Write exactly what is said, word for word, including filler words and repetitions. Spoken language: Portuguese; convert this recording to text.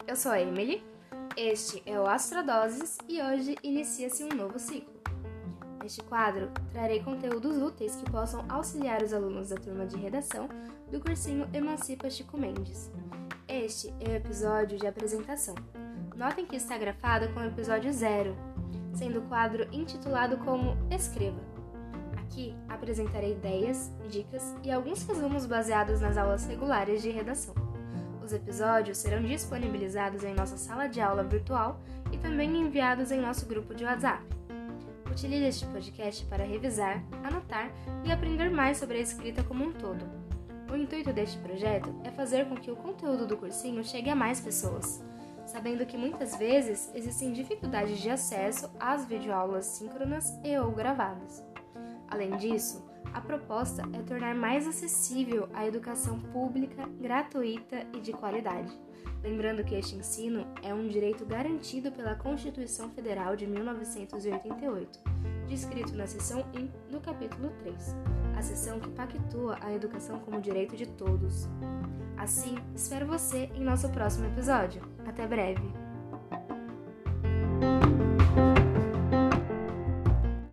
eu sou a Emily, este é o Astrodoses e hoje inicia-se um novo ciclo. Neste quadro, trarei conteúdos úteis que possam auxiliar os alunos da turma de redação do cursinho Emancipa Chico Mendes. Este é o episódio de apresentação. Notem que está grafado com o episódio zero, sendo o quadro intitulado como Escreva. Aqui apresentarei ideias, dicas e alguns resumos baseados nas aulas regulares de redação. Os episódios serão disponibilizados em nossa sala de aula virtual e também enviados em nosso grupo de WhatsApp. Utilize este podcast para revisar, anotar e aprender mais sobre a escrita como um todo. O intuito deste projeto é fazer com que o conteúdo do cursinho chegue a mais pessoas, sabendo que muitas vezes existem dificuldades de acesso às videoaulas síncronas e ou gravadas. Além disso, a proposta é tornar mais acessível a educação pública, gratuita e de qualidade. Lembrando que este ensino é um direito garantido pela Constituição Federal de mil novecentos e oitenta e oito, descrito na seção um do capítulo três, a seção que pactua a educação como direito de todos. Assim, espero você em nosso próximo episódio. Até breve!